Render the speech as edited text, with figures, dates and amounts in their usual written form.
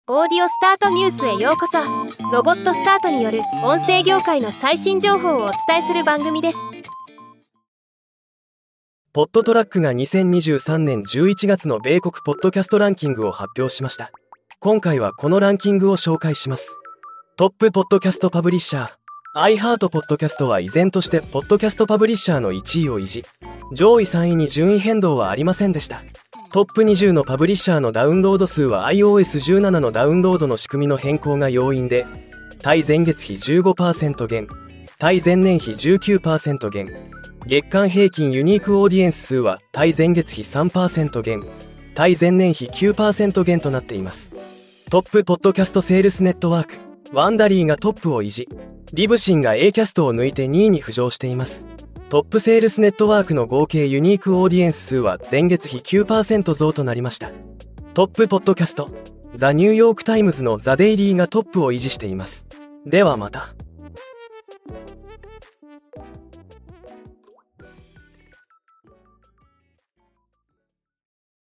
オーディオスタートニュースへようこそ。ロボットスタートによる音声業界の最新情報をお伝えする番組です。 ポッドトラックが2023年11月の米国ポッドキャストランキングを発表しました。今回はこのランキングを紹介します。トップポッドキャストパブリッシャー。iHeart Podcast は依然としてポッドキャストパブリッシャーの1位を維持。上位3位に順位変動はありませんでした。トップ20のパブリッシャーのダウンロード数は iOS17 のダウンロードの仕組みの変更が要因で、対前月比 15% 減、対前年比 19% 減、月間平均ユニークオーディエンス数は対前月比 3% 減、対前年比 9% 減となっています。トップポッドキャストセールスネットワーク、ワンダリーがトップを維持。リブシンが A キャストを抜いて2位に浮上しています。トップセールスネットワークの合計ユニークオーディエンス数は前月比 9% 増となりました。トップポッドキャスト、ザ・ニューヨークタイムズのザ・デイリーがトップを維持しています。ではまた。